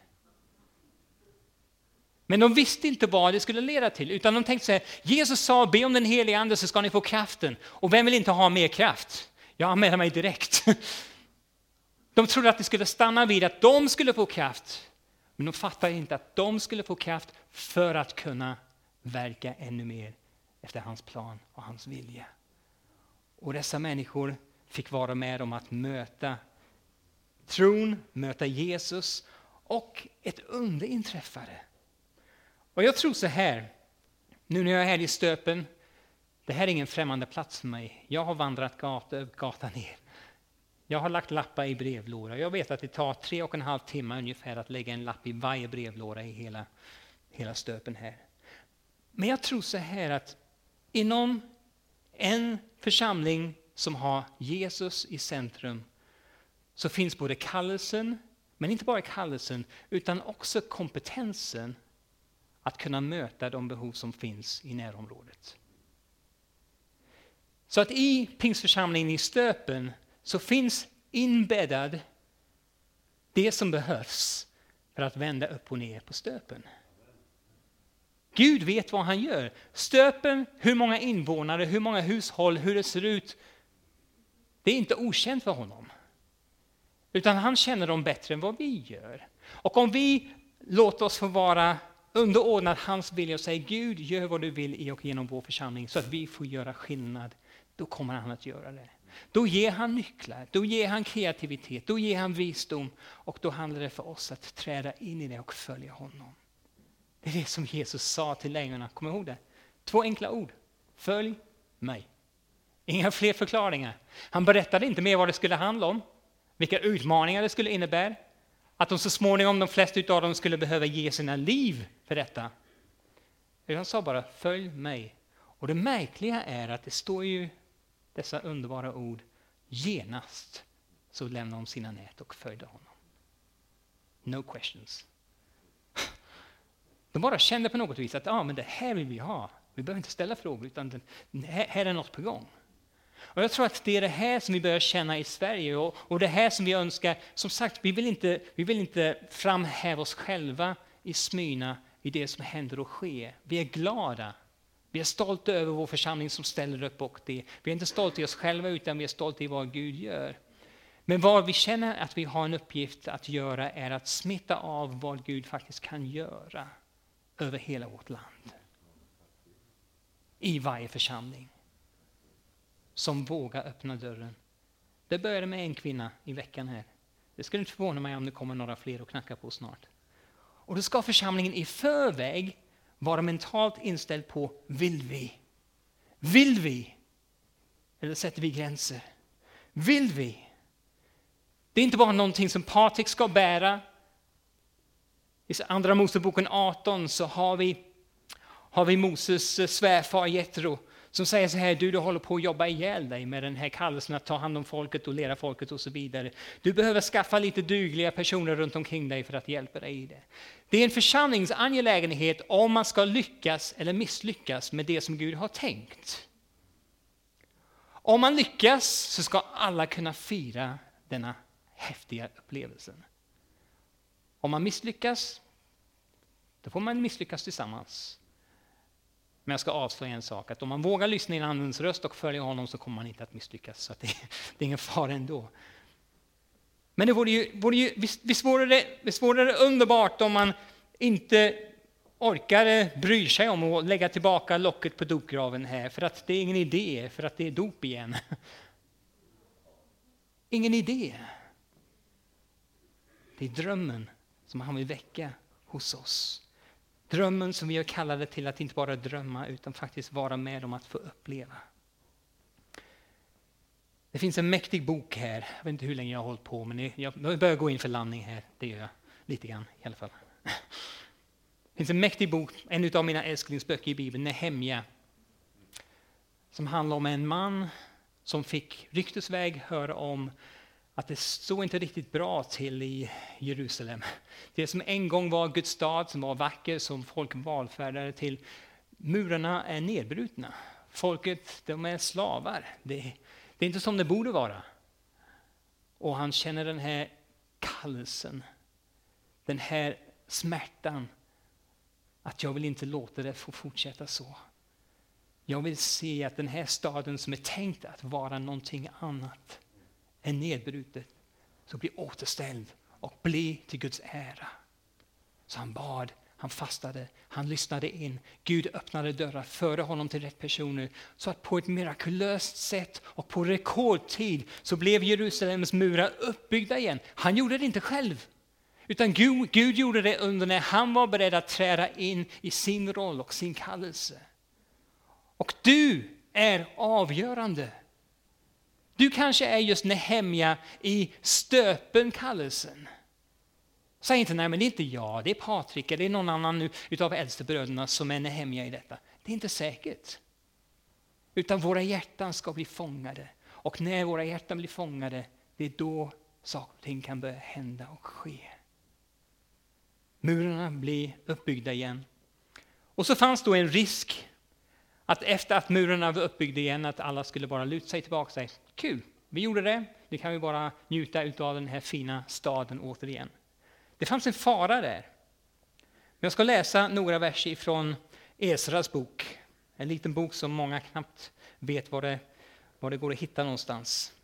Men de visste inte vad det skulle leda till, utan de tänkte så här: Jesus sa, be om den helige Ande så ska ni få kraften. Och vem vill inte ha mer kraft? Jag anmäler mig direkt. De trodde att det skulle stanna vid att de skulle få kraft. Men de fattade inte att de skulle få kraft för att kunna verka ännu mer efter hans plan och hans vilja. Och dessa människor fick vara med om att möta tron, möta Jesus, och ett under inträffade. Och jag tror så här, nu när jag är här i Stöpen, det här är ingen främmande plats för mig. Jag har vandrat gatan ner. Jag har lagt lappar i brevlåda. Jag vet att det tar 3,5 timmar ungefär att lägga en lapp i varje brevlåda i hela Stöpen här. Men jag tror så här att inom en församling som har Jesus i centrum så finns både kallelsen, men inte bara kallelsen, utan också kompetensen att kunna möta de behov som finns i närområdet. Så att i Pingstförsamlingen i Stöpen så finns inbäddad det som behövs för att vända upp och ner på Stöpen. Gud vet vad han gör. Stöpen, hur många invånare, hur många hushåll, hur det ser ut, det är inte okänt för honom. Utan han känner dem bättre än vad vi gör. Och om vi låter oss få vara underordnad hans vilja och säger Gud, gör vad du vill i och genom vår församling så att vi får göra skillnad, då kommer han att göra det. Då ger han nycklar, då ger han kreativitet, då ger han visdom, och då handlar det för oss att träda in i det och följa honom. Det är det som Jesus sa till lärjungarna, kom ihåg det. 2 enkla ord, följ mig. Inga fler förklaringar. Han berättade inte mer vad det skulle handla om, vilka utmaningar det skulle innebära, att de så småningom, de flesta av dem, skulle behöva ge sina liv för detta. Han sa bara, följ mig. Och det märkliga är att det står ju dessa underbara ord, genast så lämnade de sina nät och följde honom. No questions. De bara kände på något vis att men det här vill vi ha. Vi behöver inte ställa frågor, utan här är något på gång. Och jag tror att det är det här som vi börjar känna i Sverige, och det här som vi önskar. Som sagt, vi vill inte framhäva oss själva i Smyrna i det som händer och sker. Vi är glada. Vi är stolta över vår församling som ställer upp, och det. Vi är inte stolta i oss själva, utan vi är stolta i vad Gud gör. Men vad vi känner att vi har en uppgift att göra är att smitta av vad Gud faktiskt kan göra över hela vårt land. I varje församling som vågar öppna dörren. Det började med en kvinna i veckan här. Det skulle inte förvåna mig om det kommer några fler och knackar på snart. Och då ska församlingen i förväg vara mentalt inställd på, vill vi? Vill vi? Eller sätter vi gränser? Vill vi? Det är inte bara någonting som Patrik ska bära. I andra Moseboken 18 så har vi Moses svärfar Jetro Som säger så här, du håller på att jobba ihjäl dig med den här kallelsen att ta hand om folket och leda folket och så vidare. Du behöver skaffa lite dugliga personer runt omkring dig för att hjälpa dig i det. Det är en församlingsangelägenhet om man ska lyckas eller misslyckas med det som Gud har tänkt. Om man lyckas så ska alla kunna fira denna häftiga upplevelsen. Om man misslyckas, då får man misslyckas tillsammans. Men jag ska avslöja en sak, att om man vågar lyssna in Andens röst och följa honom så kommer man inte att misslyckas. Så att det är ingen fara ändå. Men visst vore det underbart om man inte orkar bry sig om att lägga tillbaka locket på dopgraven här. För att det är ingen idé, för att det är dop igen. Ingen idé. Det är drömmen som han vill väcka hos oss. Drömmen som vi har kallade till att inte bara drömma utan faktiskt vara med om att få uppleva. Det finns en mäktig bok här. Jag vet inte hur länge jag har hållit på, men jag börjar gå in för landning här. Det gör jag lite grann i alla fall. Det finns en mäktig bok, en av mina älsklingsböcker i Bibeln, Nehemja. Som handlar om en man som fick ryktesväg höra om att det stod inte riktigt bra till i Jerusalem. Det som en gång var Guds stad, som var vacker, som folk valfärdade till. Murarna är nedbrutna. Folket, de är slavar. Det är inte som det borde vara. Och han känner den här kallelsen. Den här smärtan. Att jag vill inte låta det få fortsätta så. Jag vill se att den här staden som är tänkt att vara någonting annat är nedbrutet, så blir återställd och bli till Guds ära. Så han bad, han fastade, han lyssnade in. Gud öppnade dörrar, förde honom till rätt personer. Så att på ett mirakulöst sätt och på rekordtid så blev Jerusalems murar uppbyggda igen. Han gjorde det inte själv. Utan Gud gjorde det under när han var beredd att träda in i sin roll och sin kallelse. Och du är avgörande. Du kanske är just Nehemja i stöpen kallelsen. Säg inte, nej men det är inte jag, det är Patrik, det är någon annan nu utav äldste bröderna som är Nehemja i detta. Det är inte säkert. Utan våra hjärtan ska bli fångade. Och när våra hjärtan blir fångade, det är då saker och ting kan börja hända och ske. Murarna blir uppbyggda igen. Och så fanns då en risk att efter att murarna var uppbyggda igen, att alla skulle bara luta sig tillbaka och säga, kul, vi gjorde det, nu kan vi bara njuta av den här fina staden återigen. Det fanns en fara där. Men jag ska läsa några verser från Esras bok. En liten bok som många knappt vet var det går att hitta någonstans.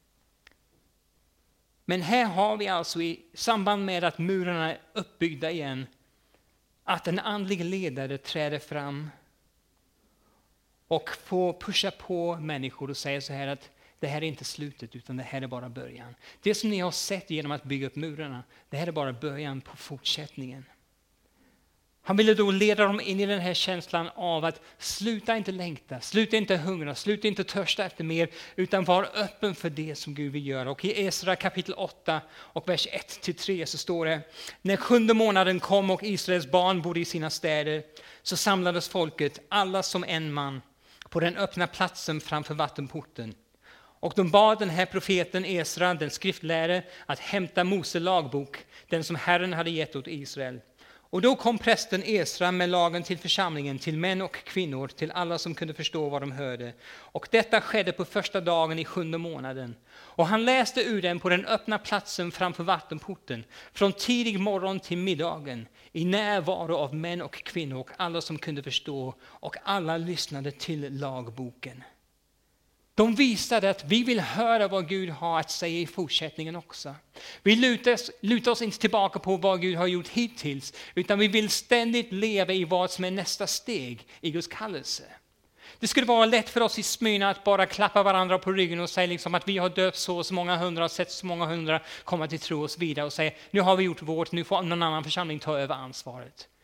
Men här har vi alltså i samband med att murarna är uppbyggda igen, att en andlig ledare träder fram och får pusha på människor och säga så här att det här är inte slutet utan det här är bara början. Det som ni har sett genom att bygga upp murarna, det här är bara början på fortsättningen. Han ville då leda dem in i den här känslan av att sluta inte längta, sluta inte hungra, sluta inte törsta efter mer, utan var öppen för det som Gud vill göra. Och i Esra kapitel 8 och vers 1-3 så står det: när 7:e månaden kom och Israels barn bodde i sina städer, så samlades folket, alla som en man, på den öppna platsen framför vattenporten. Och de bad den här profeten Esra, den skriftlärare, att hämta Mose lagbok, den som Herren hade gett åt Israel. Och då kom prästen Esra med lagen till församlingen, till män och kvinnor, till alla som kunde förstå vad de hörde. Och detta skedde på första dagen i 7:e månaden. Och han läste ur den på den öppna platsen framför vattenporten, från tidig morgon till middagen, i närvaro av män och kvinnor och alla som kunde förstå, och alla lyssnade till lagboken. De visade att vi vill höra vad Gud har att säga i fortsättningen också. Vi lutar oss inte tillbaka på vad Gud har gjort hittills, utan vi vill ständigt leva i vad som är nästa steg i Guds kallelse. Det skulle vara lätt för oss i Smyrna att bara klappa varandra på ryggen och säga liksom att vi har döpt så många hundra och sett så många hundra komma till tro oss vidare och säga nu har vi gjort vårt, nu får någon annan församling ta över ansvaret.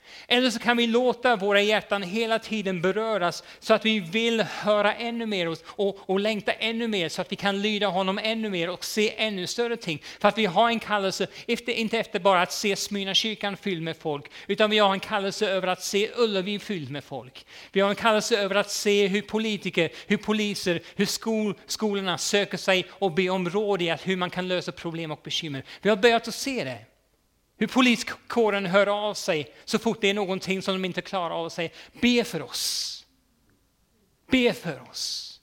Eller så kan vi låta våra hjärtan hela tiden beröras så att vi vill höra ännu mer och längta ännu mer, så att vi kan lyda honom ännu mer och se ännu större ting. För att vi har en kallelse, inte efter bara att se Smyrna kyrkan fylld med folk, utan vi har en kallelse över att se Ullevi fylld med folk. Vi har en kallelse över att se hur politiker, hur poliser, hur skolorna söker sig och ber om råd i att hur man kan lösa problem och bekymmer. Vi har börjat att se det. Hur poliskåren hör av sig så fort det är någonting som de inte klarar av sig. Be för oss. Be för oss.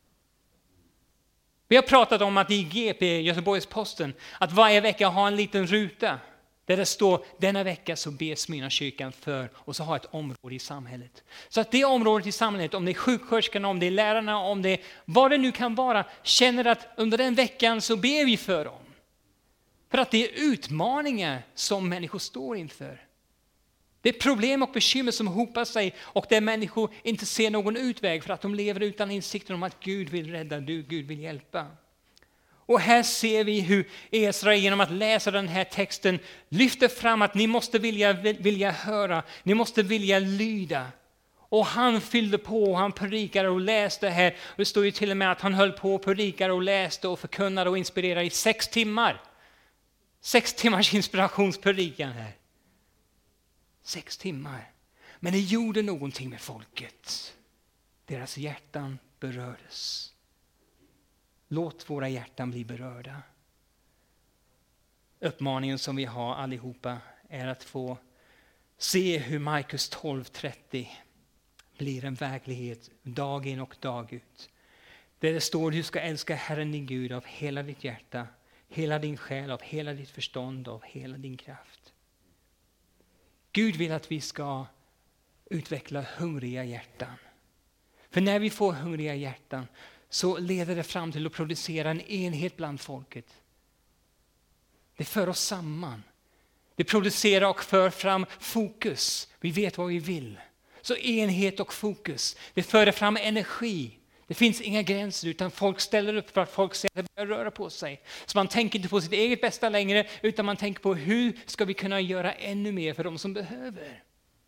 Vi har pratat om att i GP, Göteborgs-Posten, att varje vecka ha en liten ruta där det står denna vecka så ber Smyrna kyrkan för, och så ha ett område i samhället. Så att det området i samhället, om det är sjuksköterskorna, om det är lärarna, om det är vad det nu kan vara, känner att under den veckan så ber vi för dem. För att det är utmaningar som människor står inför. Det är problem och bekymmer som hopar sig och där människor inte ser någon utväg för att de lever utan insikten om att Gud vill rädda, Gud vill hjälpa. Och här ser vi hur Esra genom att läsa den här texten lyfter fram att ni måste vilja höra, ni måste vilja lyda. Och han fyllde på och han predikade och läste här. Och det står ju till och med att han höll på och predikade och läste och förkunnade och inspirerade i 6 timmar. 6 timmars inspirationspredikan här. 6 timmar. Men det gjorde någonting med folket. Deras hjärtan berördes. Låt våra hjärtan bli berörda. Uppmaningen som vi har allihopa är att få se hur Markus 12:30 blir en verklighet dag in och dag ut. Där det står: du ska älska Herren din Gud av hela ditt hjärta, hela din själ, av hela ditt förstånd, av hela din kraft. Gud vill att vi ska utveckla hungriga hjärtan. För när vi får hungriga hjärtan så leder det fram till att producera en enhet bland folket. Det för oss samman. Det producerar och för fram fokus. Vi vet vad vi vill. Så enhet och fokus. Det för fram energi. Det finns inga gränser utan folk ställer upp för att folk ser att det börjar röra på sig. Så man tänker inte på sitt eget bästa längre utan man tänker på hur ska vi kunna göra ännu mer för de som behöver.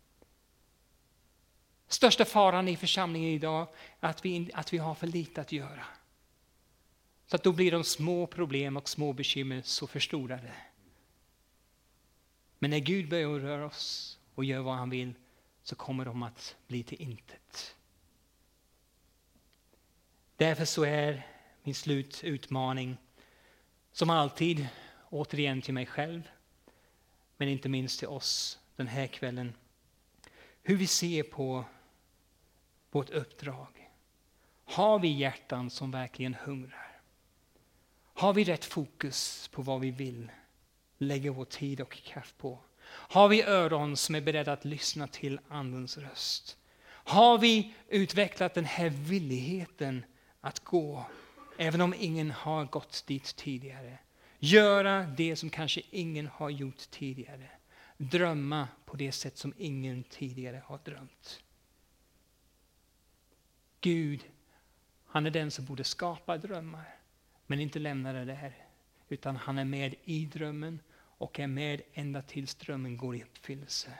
Största faran i församlingen idag är att vi har för lite att göra. Så att då blir de små problem och små bekymmer så förstorade. Men när Gud börjar röra oss och gör vad han vill så kommer de att bli till intet. Därför så är min slututmaning som alltid återigen till mig själv, men inte minst till oss den här kvällen. Hur vi ser på vårt uppdrag. Har vi hjärtan som verkligen hungrar? Har vi rätt fokus på vad vi vill lägga vår tid och kraft på? Har vi öron som är beredda att lyssna till andens röst? Har vi utvecklat den här villigheten att gå, även om ingen har gått dit tidigare? Göra det som kanske ingen har gjort tidigare. Drömma på det sätt som ingen tidigare har drömt. Gud, han är den som borde skapa drömmar, men inte lämna det där. Utan han är med i drömmen och är med ända tills drömmen går i uppfyllelse.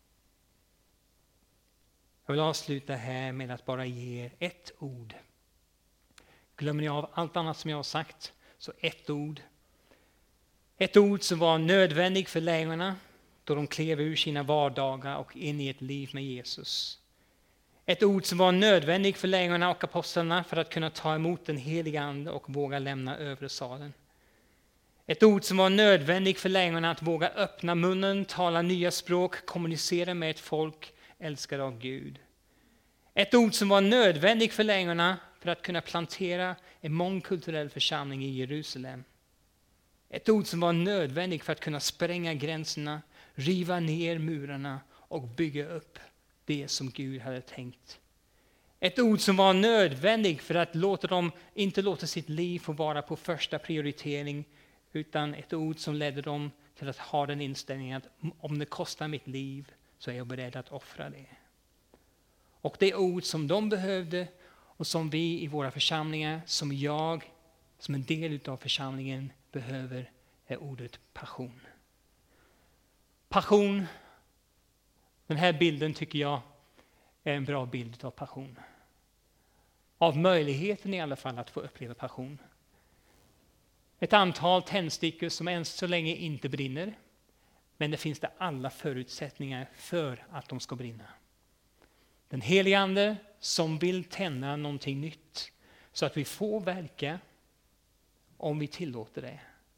Jag vill avsluta här med att bara ge er ett ord. Glömmer ni av allt annat som jag har sagt, så ett ord. Ett ord som var nödvändigt för lärjungarna då de klev ur sina vardagar och in i ett liv med Jesus. Ett ord som var nödvändigt för lärjungarna och apostlarna för att kunna ta emot den heliga ande och våga lämna övre salen. Ett ord som var nödvändigt för lärjungarna att våga öppna munnen, tala nya språk, kommunicera med ett folk älskad av Gud. Ett ord som var nödvändigt för lärjungarna för att kunna plantera en mångkulturell församling i Jerusalem. Ett ord som var nödvändigt för att kunna spränga gränserna, riva ner murarna och bygga upp det som Gud hade tänkt. Ett ord som var nödvändigt för att inte låta sitt liv få vara på första prioritering, utan ett ord som ledde dem till att ha den inställningen att om det kostar mitt liv så är jag beredd att offra det. Och det ord som de behövde och som vi i våra församlingar, som jag, som en del av församlingen behöver, är ordet passion. Passion, Den här bilden tycker jag är en bra bild av passion. Av möjligheten i alla fall att få uppleva passion. Ett antal tändstickor som än så länge inte brinner. Men det finns det alla förutsättningar för att de ska brinna. Den helige Ande som vill tända någonting nytt. Så att vi får verka om vi tillåter det.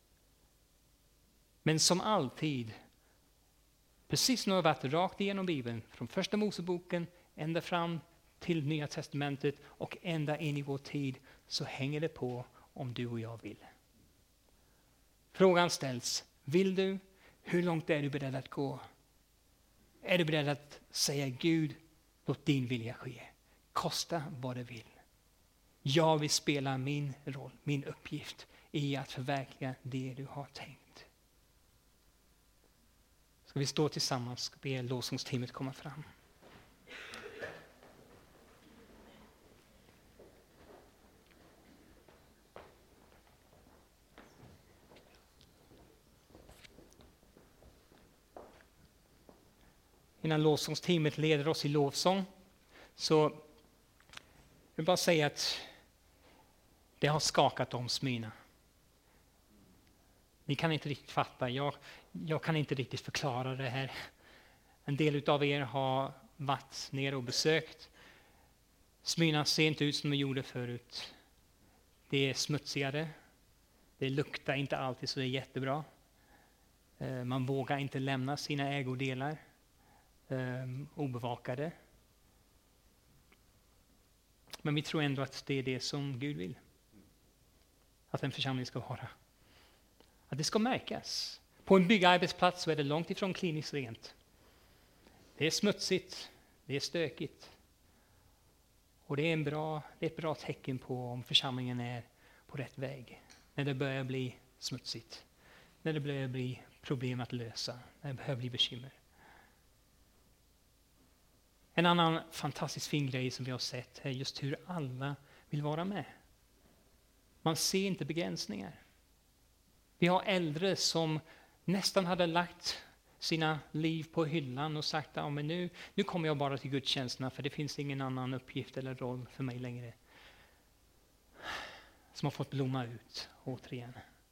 Men som alltid, precis som det har varit rakt igenom Bibeln, från första Moseboken ända fram till Nya testamentet och ända in i vår tid, så hänger det på om du och jag vill. Frågan ställs, vill du? Hur långt är du beredd att gå? Är du beredd att säga Gud, låt din vilja ske. Kosta vad det vill. Jag vill spela min roll, min uppgift i att förverkliga det du har tänkt. Ska vi stå tillsammans och be lovsångsteamet komma fram. Innan lovsångsteamet leder oss i lovsång så jag vill bara säga att det har skakat om Smyrna. Ni kan inte riktigt fatta, jag kan inte riktigt förklara det här. En del av er har varit ner och besökt. Smyrna ser inte ut som de gjorde förut. Det är smutsigare. Det luktar inte alltid så det är jättebra. Man vågar inte lämna sina ägodelar obevakade. Men vi tror ändå att det är det som Gud vill. Att en församling ska vara. Att det ska märkas. På en byggarbetsplats så är det långt ifrån kliniskt rent. Det är smutsigt. Det är stökigt. Och det är ett bra tecken på om församlingen är på rätt väg. När det börjar bli smutsigt. När det börjar bli problem att lösa. När det börjar bli bekymmer. En annan fantastiskt fin grej som vi har sett är just hur alla vill vara med. Man ser inte begränsningar. Vi har äldre som nästan hade lagt sina liv på hyllan och sagt att men nu kommer jag bara till gudstjänsterna för det finns ingen annan uppgift eller roll för mig längre. Som har fått blomma ut återigen.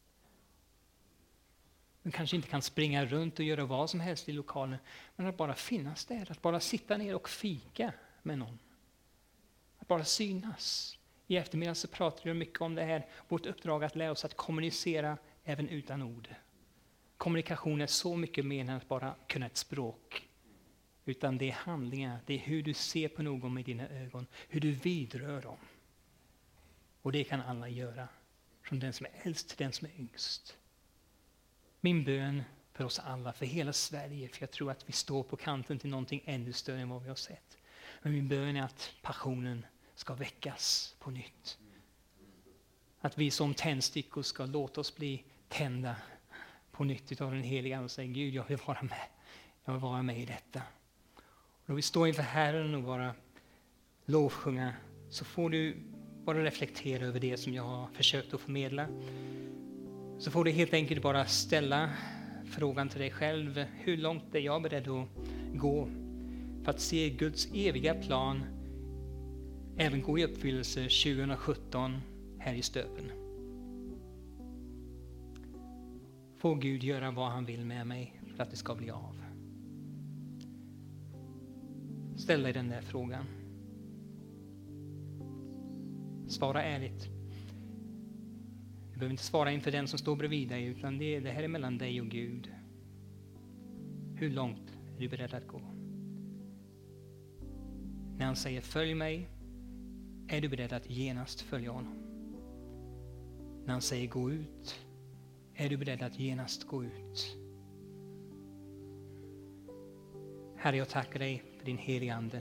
Man kanske inte kan springa runt och göra vad som helst i lokalen. Men att bara finnas där. Att bara sitta ner och fika med någon. Att bara synas. I eftermiddag så pratar vi mycket om det här. Vårt uppdrag att lära oss att kommunicera även utan ord. Kommunikation är så mycket mer än att bara kunna ett språk. Utan det är handlingar. Det är hur du ser på någon med dina ögon. Hur du vidrör dem. Och det kan alla göra. Från den som är äldst till den som är yngst. Min bön för oss alla, för hela Sverige, för jag tror att vi står på kanten till någonting ännu större än vad vi har sett. Men min bön är att passionen ska väckas på nytt. Att vi som tändstickor ska låta oss bli tända på nytt av den heliga och säga Gud, jag vill vara med. Jag vill vara med i detta. Och då vi står inför Herren och bara lovsjunga så får du bara reflektera över det som jag har försökt att förmedla. Så får du helt enkelt bara ställa frågan till dig själv. Hur långt är jag beredd att gå för att se Guds eviga plan även gå i uppfyllelse 2017 här i Stöpen. Får Gud göra vad han vill med mig för att det ska bli av. Ställ dig den där frågan. Svara ärligt. Du behöver inte svara inför den som står bredvid dig, utan det här är mellan dig och Gud. Hur långt är du beredd att gå? När han säger följ mig, är du beredd att genast följa honom? När han säger gå ut, är du beredd att genast gå ut? Herre, jag tackar dig för din heliga Ande.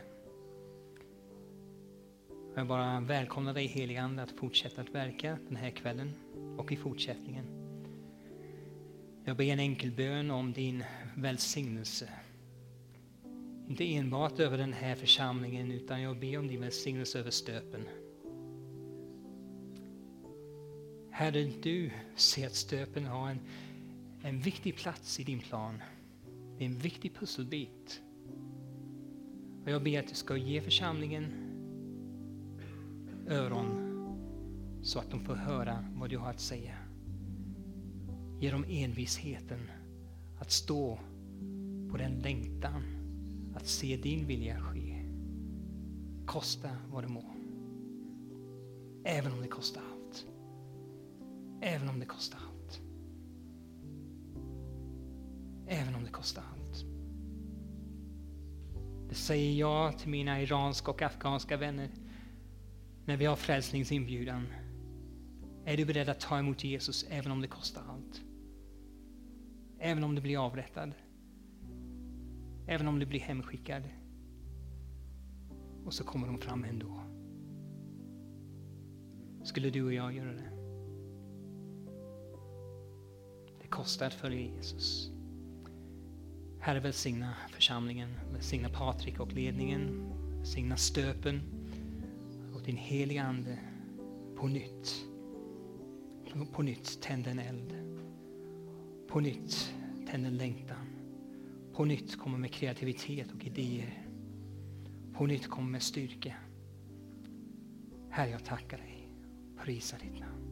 Jag bara välkomnar dig, heliga Ande, att fortsätta att verka den här kvällen och i fortsättningen. Jag ber en enkel bön om din välsignelse. Inte enbart över den här församlingen, utan jag ber om din välsignelse över Stöpen. Herre, du ser att Stöpen har en viktig plats i din plan. Det är en viktig pusselbit. Och jag ber att du ska ge församlingen öron så att de får höra vad du har att säga. Ge dem envisheten att stå på den längtan att se din vilja ske. Kosta vad det må. Även om det kostar allt. Även om det kostar allt. Även om det kostar allt. Det säger jag till mina iranska och afghanska vänner när vi har frälsningsinbjudan. Är du beredd att ta emot Jesus även om det kostar allt? Även om du blir avrättad? Även om du blir hemskickad? Och så kommer de fram ändå. Skulle du och jag göra det? Det kostar att följa Jesus. Herre, välsigna församlingen, välsigna Patrik och ledningen, välsigna stöpen och din heliga ande på nytt. På nytt tänd en eld. På nytt tänd en längtan. På nytt kommer med kreativitet och idéer. På nytt kommer med styrka. Herre, jag tackar dig. Prisa ditt namn.